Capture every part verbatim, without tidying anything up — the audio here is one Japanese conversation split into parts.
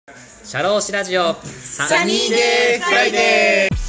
シャローシラジオサニーデーフライデー。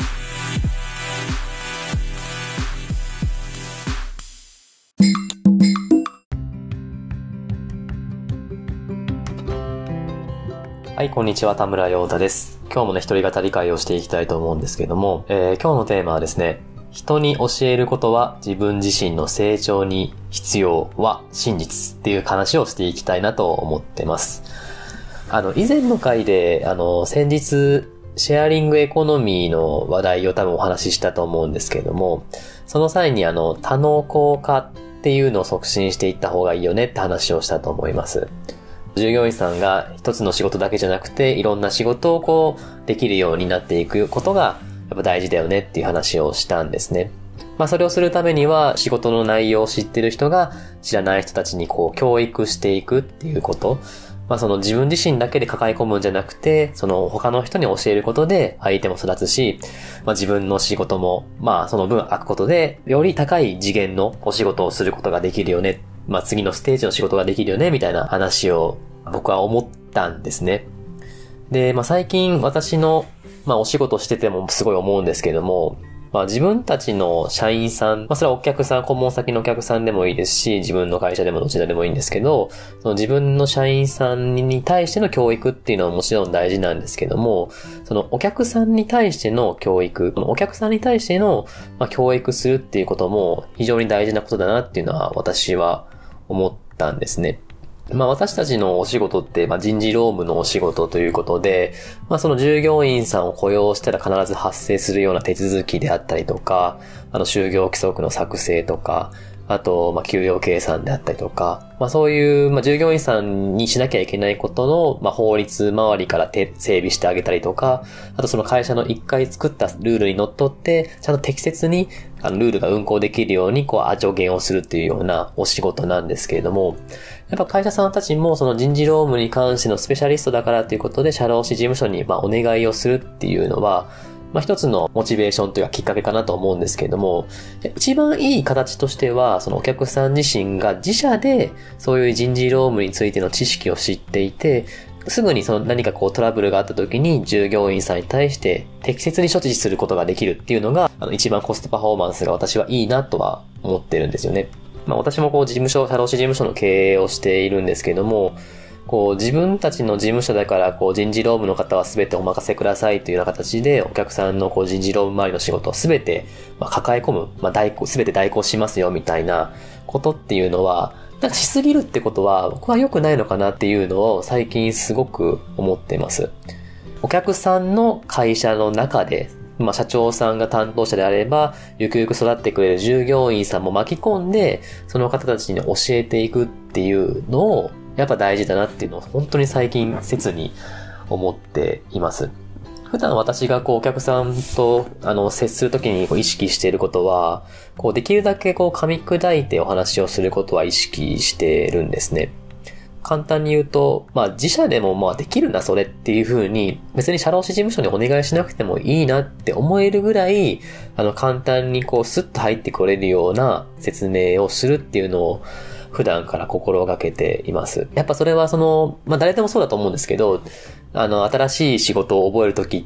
はい、こんにちは、田村陽太です。今日もね、一人語り会をしていきたいと思うんですけども、えー、今日のテーマはですね、人に教えることは自分自身の成長に必要は真実っていう話をしていきたいなと思ってます。あの、以前の回で、あの、先日、シェアリングエコノミーの話題を多分お話ししたと思うんですけれども、その際にあの、多能工化っていうのを促進していった方がいいよねって話をしたと思います。従業員さんが一つの仕事だけじゃなくて、いろんな仕事をこう、できるようになっていくことが、やっぱ大事だよねっていう話をしたんですね。まあそれをするためには、仕事の内容を知ってる人が知らない人たちにこう、教育していくっていうこと。まあその自分自身だけで抱え込むんじゃなくて、その他の人に教えることで相手も育つし、まあ自分の仕事も、まあその分開くことで、より高い次元のお仕事をすることができるよね。まあ次のステージの仕事ができるよね、みたいな話を僕は思ったんですね。で、まあ最近私の、まあお仕事しててもすごい思うんですけども、まあ自分たちの社員さん、まあそれはお客さん、顧問先のお客さんでもいいですし、自分の会社でもどちらでもいいんですけど、その自分の社員さんに対しての教育っていうのはもちろん大事なんですけども、そのお客さんに対しての教育、お客さんに対しての、まあ、教育するっていうことも非常に大事なことだなっていうのは私は思ったんですね。まあ私たちのお仕事って、まあ人事労務のお仕事ということで、まあその従業員さんを雇用したら必ず発生するような手続きであったりとか、あの就業規則の作成とか、あと、まあ給与計算であったりとか、まあそういう、まあ従業員さんにしなきゃいけないことの、まあ法律周りから整備してあげたりとか、あとその会社の一回作ったルールにのっとって、ちゃんと適切にあのルールが運行できるように、こう、助言をするっていうようなお仕事なんですけれども、やっぱ会社さんたちもその人事労務に関してのスペシャリストだからということで、社労士事務所にまあお願いをするっていうのは、まあ一つのモチベーションというかきっかけかなと思うんですけれども、一番いい形としては、そのお客さん自身が自社でそういう人事労務についての知識を知っていて、すぐにその何かこうトラブルがあった時に従業員さんに対して適切に処置することができるっていうのが、あの一番コストパフォーマンスが私はいいなとは思ってるんですよね。まあ私もこう事務所、社労士事務所の経営をしているんですけども、こう自分たちの事務所だからこう人事労務の方は全てお任せくださいというような形でお客さんのこう人事労務周りの仕事を全てまあ抱え込む、まあ代行、全て代行しますよみたいなことっていうのは、なんかしすぎるってことは僕は良くないのかなっていうのを最近すごく思っています。お客さんの会社の中で、まあ社長さんが担当者であれば、ゆくゆく育ってくれる従業員さんも巻き込んで、その方たちに教えていくっていうのを、やっぱ大事だなっていうのを本当に最近切に思っています。普段私がこうお客さんとあの接するときにこう意識していることは、こうできるだけこう噛み砕いてお話をすることは意識しているんですね。簡単に言うと、まあ自社でもまあできるなそれっていう風に別に社労士事務所にお願いしなくてもいいなって思えるぐらい、あの簡単にこうスッと入ってこれるような説明をするっていうのを普段から心がけています。やっぱそれはその、まあ誰でもそうだと思うんですけど、あの、新しい仕事を覚えるときって、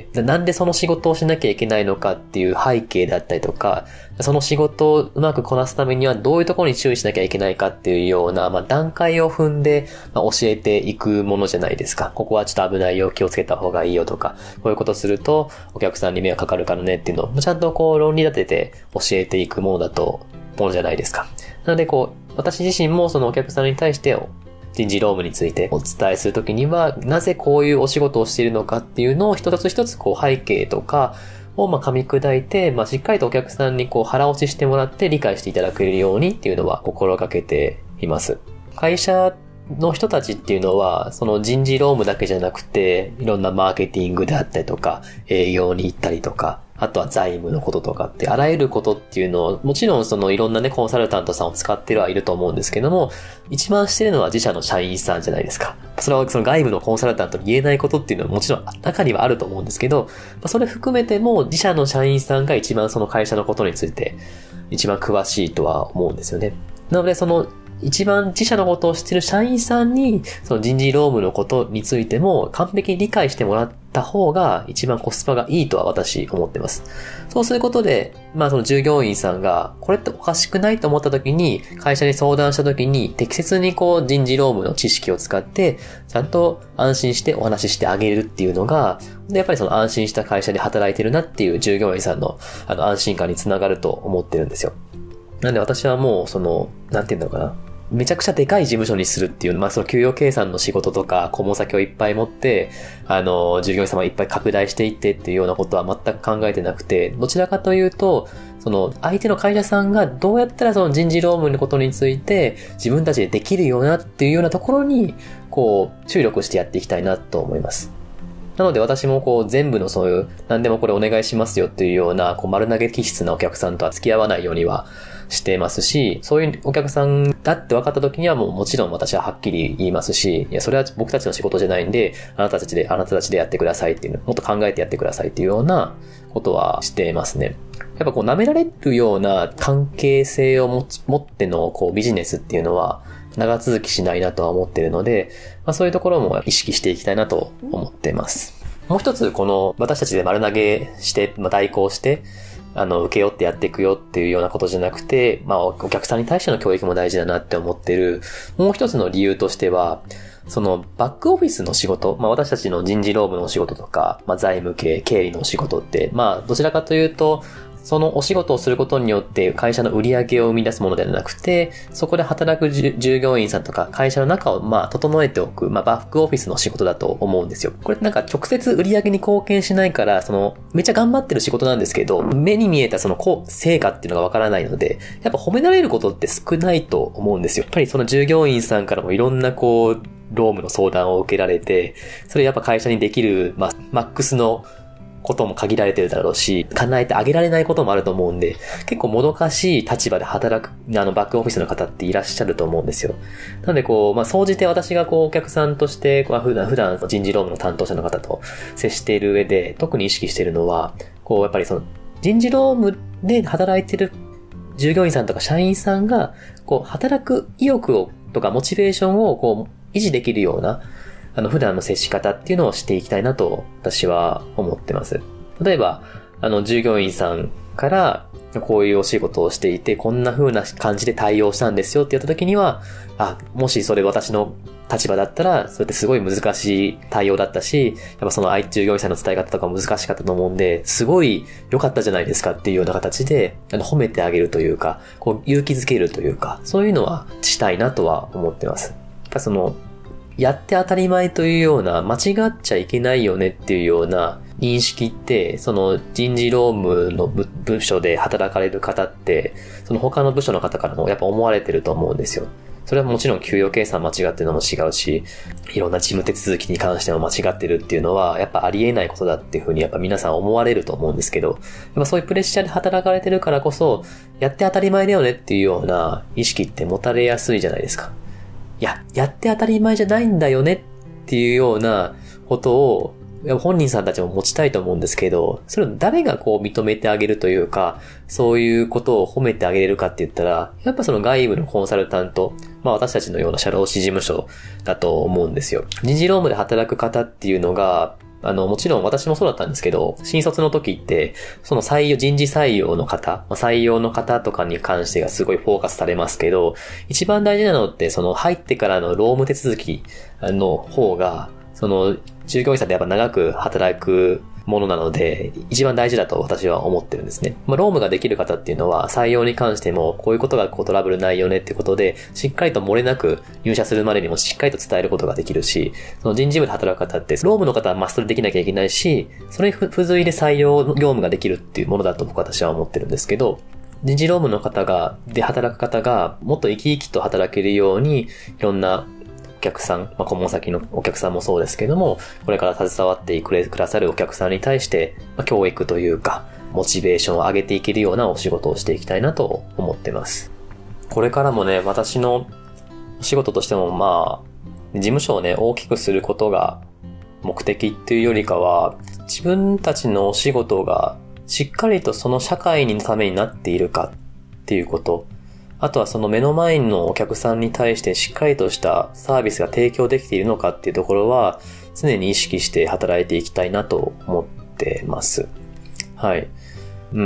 なんでその仕事をしなきゃいけないのかっていう背景だったりとか、その仕事をうまくこなすためにはどういうところに注意しなきゃいけないかっていうような、まあ段階を踏んで、まあ、教えていくものじゃないですか。ここはちょっと危ないよ、気をつけた方がいいよとか、こういうことするとお客さんに迷惑かかるからねっていうのを、ちゃんとこう論理立てて教えていくものだと思うじゃないですか。なのでこう、私自身もそのお客さんに対して人事労務についてお伝えするときには、なぜこういうお仕事をしているのかっていうのを一つ一つこう背景とかをまあ噛み砕いて、まあしっかりとお客さんにこう腹落ちしてもらって理解していただけるようにっていうのは心がけています。会社の人たちっていうのは、その人事労務だけじゃなくて、いろんなマーケティングであったりとか、営業に行ったりとか、あとは財務のこととかって、あらゆることっていうのを、もちろんそのいろんなね、コンサルタントさんを使ってはいると思うんですけども、一番してるのは自社の社員さんじゃないですか。それはその外部のコンサルタントに言えないことっていうのはもちろん中にはあると思うんですけど、それ含めても自社の社員さんが一番その会社のことについて一番詳しいとは思うんですよね。なのでその一番自社のことを知ってる社員さんに、その人事労務のことについても完璧に理解してもらった方が一番コスパがいいとは私思ってます。そうすることで、まあその従業員さんが、これっておかしくないと思った時に、会社に相談した時に、適切にこう人事労務の知識を使って、ちゃんと安心してお話ししてあげるっていうのが、でやっぱりその安心した会社で働いてるなっていう従業員さんのあの安心感につながると思ってるんですよ。なんで私はもうその、なんていうのかな。めちゃくちゃでかい事務所にするっていう、まあその給与計算の仕事とか、顧問先をいっぱい持って、あの、従業員様いっぱい拡大していってっていうようなことは全く考えてなくて、どちらかというと、その相手の会社さんがどうやったらその人事労務のことについて自分たちでできるようなっていうようなところに、こう、注力してやっていきたいなと思います。なので私もこう全部のそういう何でもこれお願いしますよっていうようなこう丸投げ気質なお客さんとは付き合わないようにはしてますし、そういうお客さんだって分かった時にはもうもちろん私ははっきり言いますし、いやそれは僕たちの仕事じゃないんで、あなたたちで、あなたたちでやってくださいっていうの、もっと考えてやってくださいっていうようなことはしてますね。やっぱこう舐められるような関係性を持持ってのこうビジネスっていうのは長続きしないなとは思っているので、まあそういうところも意識していきたいなと思っています。もう一つこの私たちで丸投げして、まあ、代行して、あの、受け負ってやっていくよっていうようなことじゃなくて、まあお客さんに対しての教育も大事だなって思ってる。もう一つの理由としては、そのバックオフィスの仕事、まあ私たちの人事労務の仕事とか、まあ財務系、経理の仕事って、まあどちらかというと、そのお仕事をすることによって会社の売り上げを生み出すものではなくて、そこで働く従業員さんとか会社の中をまあ整えておく、まあバックオフィスの仕事だと思うんですよ。これなんか直接売り上げに貢献しないから、そのめっちゃ頑張ってる仕事なんですけど、目に見えたその成果っていうのがわからないので、やっぱ褒められることって少ないと思うんですよ。やっぱりその従業員さんからもいろんなこう、労務の相談を受けられて、それやっぱ会社にできる、まあ、マックスのことも限られてるだろうし、叶えてあげられないこともあると思うんで、結構もどかしい立場で働く、あの、バックオフィスの方っていらっしゃると思うんですよ。なのでこう、まあ、総じて私がこう、お客さんとして、こう、普段、普段人事労務の担当者の方と接している上で、特に意識しているのは、こう、やっぱりその、人事労務で働いてる従業員さんとか社員さんが、こう、働く意欲を、とかモチベーションをこう、維持できるような、あの、普段の接し方っていうのをしていきたいなと、私は思ってます。例えば、あの、従業員さんから、こういうお仕事をしていて、こんな風な感じで対応したんですよって言った時には、あ、もしそれ私の立場だったら、それってすごい難しい対応だったし、やっぱその相手従業員さんの伝え方とか難しかったと思うんで、すごい良かったじゃないですかっていうような形で、あの、褒めてあげるというか、こう、勇気づけるというか、そういうのはしたいなとは思ってます。やっぱその、やって当たり前というような、間違っちゃいけないよねっていうような認識って、その人事労務の部、部署で働かれる方って、その他の部署の方からもやっぱ思われてると思うんですよ。それはもちろん給与計算間違ってるのも違うし、いろんな事務手続きに関しても間違ってるっていうのは、やっぱありえないことだっていうふうにやっぱ皆さん思われると思うんですけど、やっぱそういうプレッシャーで働かれてるからこそ、やって当たり前だよねっていうような意識って持たれやすいじゃないですか。いや、やって当たり前じゃないんだよねっていうようなことを本人さんたちも持ちたいと思うんですけど、それを誰がこう認めてあげるというか、そういうことを褒めてあげれるかって言ったら、やっぱその外部のコンサルタント、まあ私たちのような社労士事務所だと思うんですよ。人事労務で働く方っていうのが、あの、もちろん私もそうだったんですけど、新卒の時って、その採用、人事採用の方、採用の方とかに関してがすごいフォーカスされますけど、一番大事なのって、その入ってからの労務手続きの方が、その従業員さんってやっぱ長く働くものなので、一番大事だと私は思ってるんですね。まあ、労務ができる方っていうのは、採用に関しても、こういうことがこうトラブルないよねっていうことで、しっかりと漏れなく入社するまでにもしっかりと伝えることができるし、その人事部で働く方って、労務の方はマストでできなきゃいけないし、それ付随で採用業務ができるっていうものだと僕は私は思ってるんですけど、人事労務の方が、で働く方が、もっと生き生きと働けるように、いろんなお客さん、まあ、顧問先のお客さんもそうですけども、これから携わってくれくださるお客さんに対して、まあ、教育というか、モチベーションを上げていけるようなお仕事をしていきたいなと思ってます。これからもね、私のお仕事としてもまあ、事務所をね、大きくすることが目的っていうよりかは、自分たちのお仕事がしっかりとその社会のためになっているかっていうこと、 あとはその目の前のお客さんに対してしっかりとしたサービスが提供できているのかっていうところは常に意識して働いていきたいなと思ってます。はい。うん。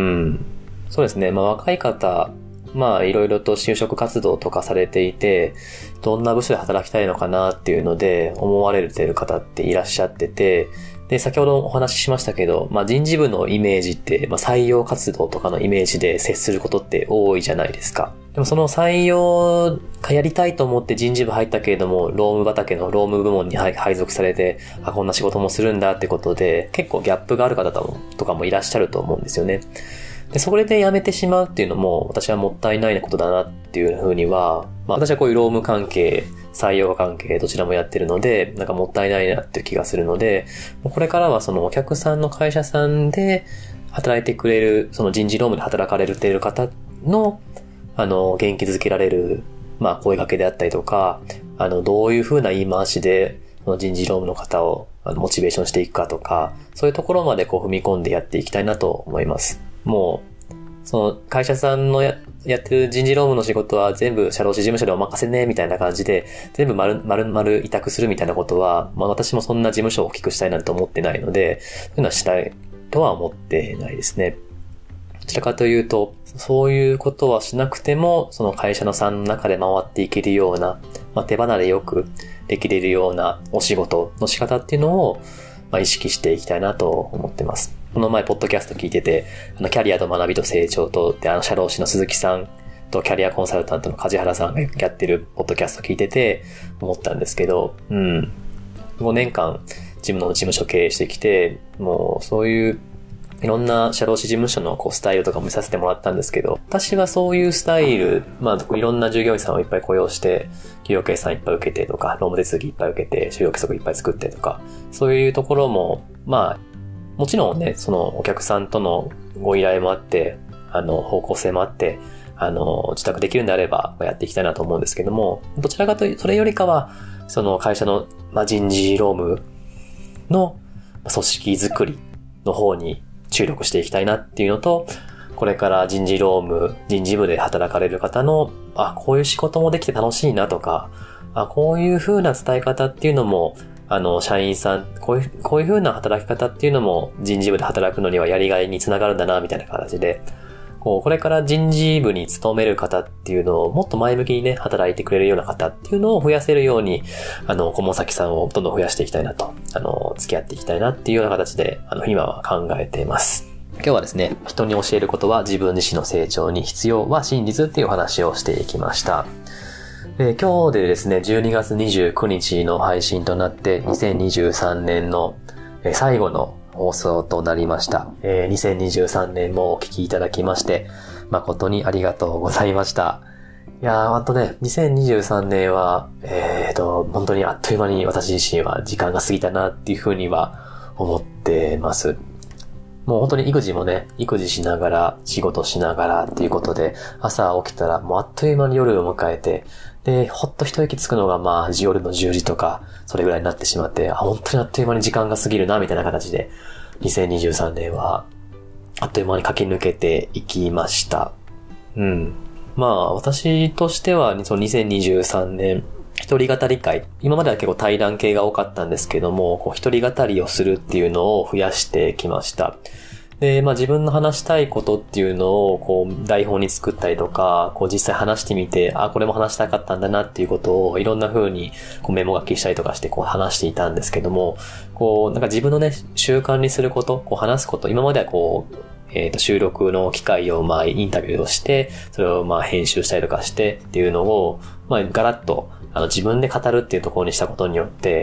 そうですね。まあ若い方、まあいろいろと就職活動とかされていて、どんな部署で働きたいのかなっていうので思われている方っていらっしゃってて、で、先ほどお話ししましたけど、まあ人事部のイメージって、まあ採用活動とかのイメージで接することって多いじゃないですか。でもその採用がやりたいと思って人事部入ったけれども、労務畑の労務部門に配属されて、あ、こんな仕事もするんだってことで、結構ギャップがある方とかもいらっしゃると思うんですよね。で、それで辞めてしまうっていうのも、私はもったいないなことだなっていうふうには、まあ私はこういう労務関係、採用関係どちらもやってるので、なんかもったいないなっていう気がするので、これからはそのお客さんの会社さんで働いてくれる、その人事労務で働かれている方の、あの、元気づけられる、まあ声掛けであったりとか、あの、どういうふうな言い回しで、その人事労務の方をあのモチベーションしていくかとか、そういうところまでこう踏み込んでやっていきたいなと思います。もう、その会社さんのや、やってる人事労務の仕事は全部社労士事務所でお任せね、みたいな感じで、全部丸、丸々委託するみたいなことは、まあ私もそんな事務所を大きくしたいなんて思ってないので、そういうのはしたいとは思ってないですね。どちらかというと、そういうことはしなくても、その会社のさんの中で回っていけるような、まあ手離れよくできれるようなお仕事の仕方っていうのを、まあ意識していきたいなと思ってます。この前、ポッドキャスト聞いてて、あの、キャリアと学びと成長と、で、あの、社労士の鈴木さんとキャリアコンサルタントの梶原さんがやってるポッドキャスト聞いてて、思ったんですけど、うん。ごねんかん、自分の事務所経営してきて、もう、そういう、いろんな社労士事務所のこうスタイルとかも見させてもらったんですけど、私はそういうスタイル、まあ、いろんな従業員さんをいっぱい雇用して、給与計算いっぱい受けてとか、労務手続きいっぱい受けて、就業規則いっぱい作ってとか、そういうところも、まあ、もちろんね、そのお客さんとのご依頼もあって、あの、方向性もあって、あの、自宅できるんであればやっていきたいなと思うんですけども、どちらかというと、それよりかは、その会社の、まあ、人事労務の組織づくりの方に注力していきたいなっていうのと、これから人事労務、人事部で働かれる方の、あ、こういう仕事もできて楽しいなとか、あ、こういう風な伝え方っていうのも、あの、社員さん、こういう、こういう風な働き方っていうのも人事部で働くのにはやりがいにつながるんだな、みたいな形で、こう、これから人事部に勤める方っていうのをもっと前向きにね、働いてくれるような方っていうのを増やせるように、あの、顧問先さんをどんどん増やしていきたいなと、あの、付き合っていきたいなっていうような形で、あの、今は考えています。今日はですね、人に教えることは自分自身の成長に必要は真実っていうお話をしていきました。えー、今日でですね、じゅうにがつにじゅうくにちの配信となってにせんにじゅうさんねんの最後の放送となりました。えー、にせんにじゅうさんねんもお聞きいただきまして誠にありがとうございました。いやー、ほんとね、にせんにじゅうさんねんは、えーと、本当にあっという間に私自身は時間が過ぎたなっていうふうには思ってます。もう本当に育児もね、育児しながら、仕事しながらっていうことで、朝起きたらもうあっという間に夜を迎えて、で、ほっと一息つくのがまあ夜のじゅうじとか、それぐらいになってしまって、あ、本当にあっという間に時間が過ぎるな、みたいな形で、にせんにじゅうさんねんは、あっという間に駆け抜けていきました。うん。まあ、私としては、そのにせんにじゅうさんねん、一人語り会。今までは結構対談系が多かったんですけども、こう一人語りをするっていうのを増やしてきました。で、まあ自分の話したいことっていうのを、こう台本に作ったりとか、こう実際話してみて、あ、これも話したかったんだなっていうことをいろんな風にこうメモ書きしたりとかしてこう話していたんですけども、こうなんか自分のね、習慣にすること、こう話すこと、今まではこう、えっと、収録の機会を、まあ、インタビューをして、それを、まあ、編集したりとかしてっていうのを、まあ、ガラッと、あの、自分で語るっていうところにしたことによって、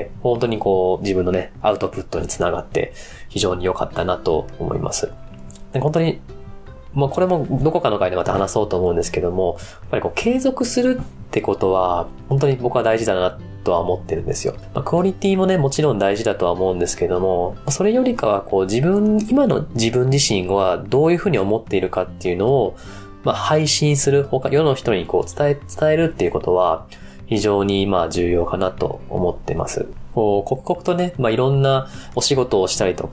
本当にこう、自分のね、アウトプットにつながって、非常に良かったなと思います。で本当に、まあ、これもどこかの回でまた話そうと思うんですけども、やっぱりこう、継続するってことは、本当に僕は大事だなとは思ってるんですよ。まあ、クオリティもね、もちろん大事だとは思うんですけども、それよりかはこう自分、今の自分自身はどういうふうに思っているかっていうのを、まあ、配信する、他、世の人にこう伝え、伝えるっていうことは、非常にまあ重要かなと思ってます。こう、刻々とね、まあいろんなお仕事をしたりとか、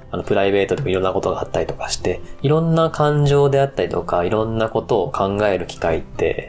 あの、プライベートでもいろんなことがあったりとかして、いろんな感情であったりとか、いろんなことを考える機会って、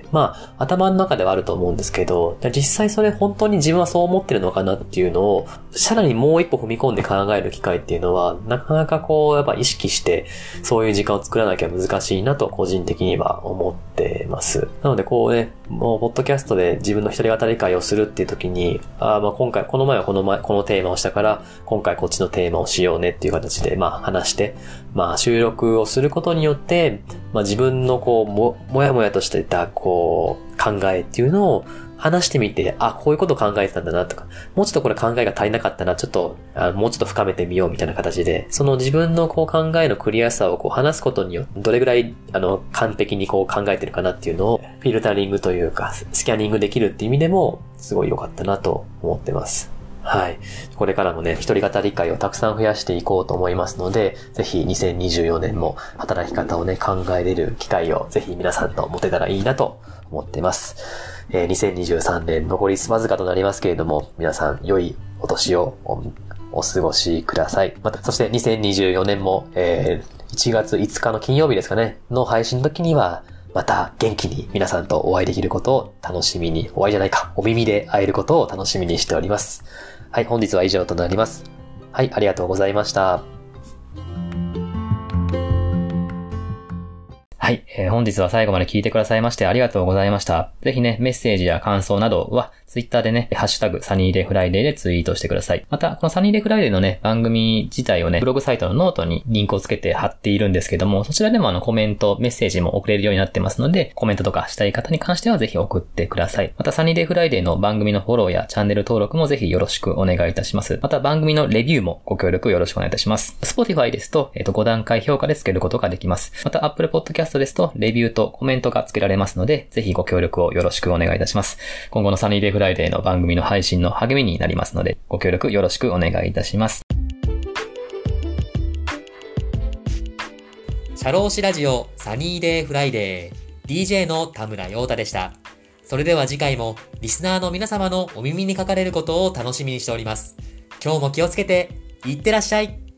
まあ、頭の中ではあると思うんですけど、実際それ本当に自分はそう思ってるのかなっていうのを、さらにもう一歩踏み込んで考える機会っていうのは、なかなかこう、やっぱ意識して、そういう時間を作らなきゃ難しいなと、個人的には思ってます。なのでこうね、もう、ポッドキャストで自分の一人語り会をするっていう時に、ああ、まあ今回、この前はこの前、このテーマをしたから、今回こっちのテーマをしようねっていう形で、まあ話して、まあ収録をすることによって、まあ自分のこう、も、もやもやとしていた、こう、考えっていうのを話してみて、あ、こういうことを考えてたんだなとか、もうちょっとこれ考えが足りなかったな、ちょっと、あもうちょっと深めてみようみたいな形で、その自分のこう考えのクリアさをこう話すことによって、どれぐらい、あの、完璧にこう考えてるかなっていうのを、フィルタリングというか、スキャニングできるっていう意味でも、すごい良かったなと思ってます。はい。これからもね、一人語り会をたくさん増やしていこうと思いますので、ぜひにせんにじゅうよねんも働き方をね、考えれる機会をぜひ皆さんと持てたらいいなと思ってます。えー、にせんにじゅうさんねん残りわずかとなりますけれども、皆さん良いお年を お, お過ごしください。また、そしてにせんにじゅうよねんも、えー、いちがついつかの金曜日ですかね、の配信の時には、また元気に皆さんとお会いできることを楽しみに、お会いじゃないか、お耳で会えることを楽しみにしております。はい、本日は以上となります。はい、ありがとうございました。はい、えー、本日は最後まで聞いてくださいましてありがとうございました。ぜひね、メッセージや感想などは、ツイッターでね、ハッシュタグ、サニーデイフライデーでツイートしてください。また、このサニーデイフライデーのね、番組自体をね、ブログサイトのノートにリンクをつけて貼っているんですけども、そちらでもあのコメント、メッセージも送れるようになってますので、コメントとかしたい方に関してはぜひ送ってください。また、サニーデイフライデーの番組のフォローやチャンネル登録もぜひよろしくお願いいたします。また、番組のレビューもご協力よろしくお願いいたします。Spotify ですと、えっと、ご段階評価でつけることができます。また、Apple Podcast ですと、レビューとコメントがつけられますので、ぜひご協力をよろしくお願いいたします。今後のサニーデイフライデーの番組の配信の励みになりますので、ご協力よろしくお願いいたします。 社労士ラジオサニーデイフライデー ディージェー の田村陽太でした。それでは次回もリスナーの皆様のお耳にかかれることを楽しみにしております。今日も気をつけていってらっしゃい。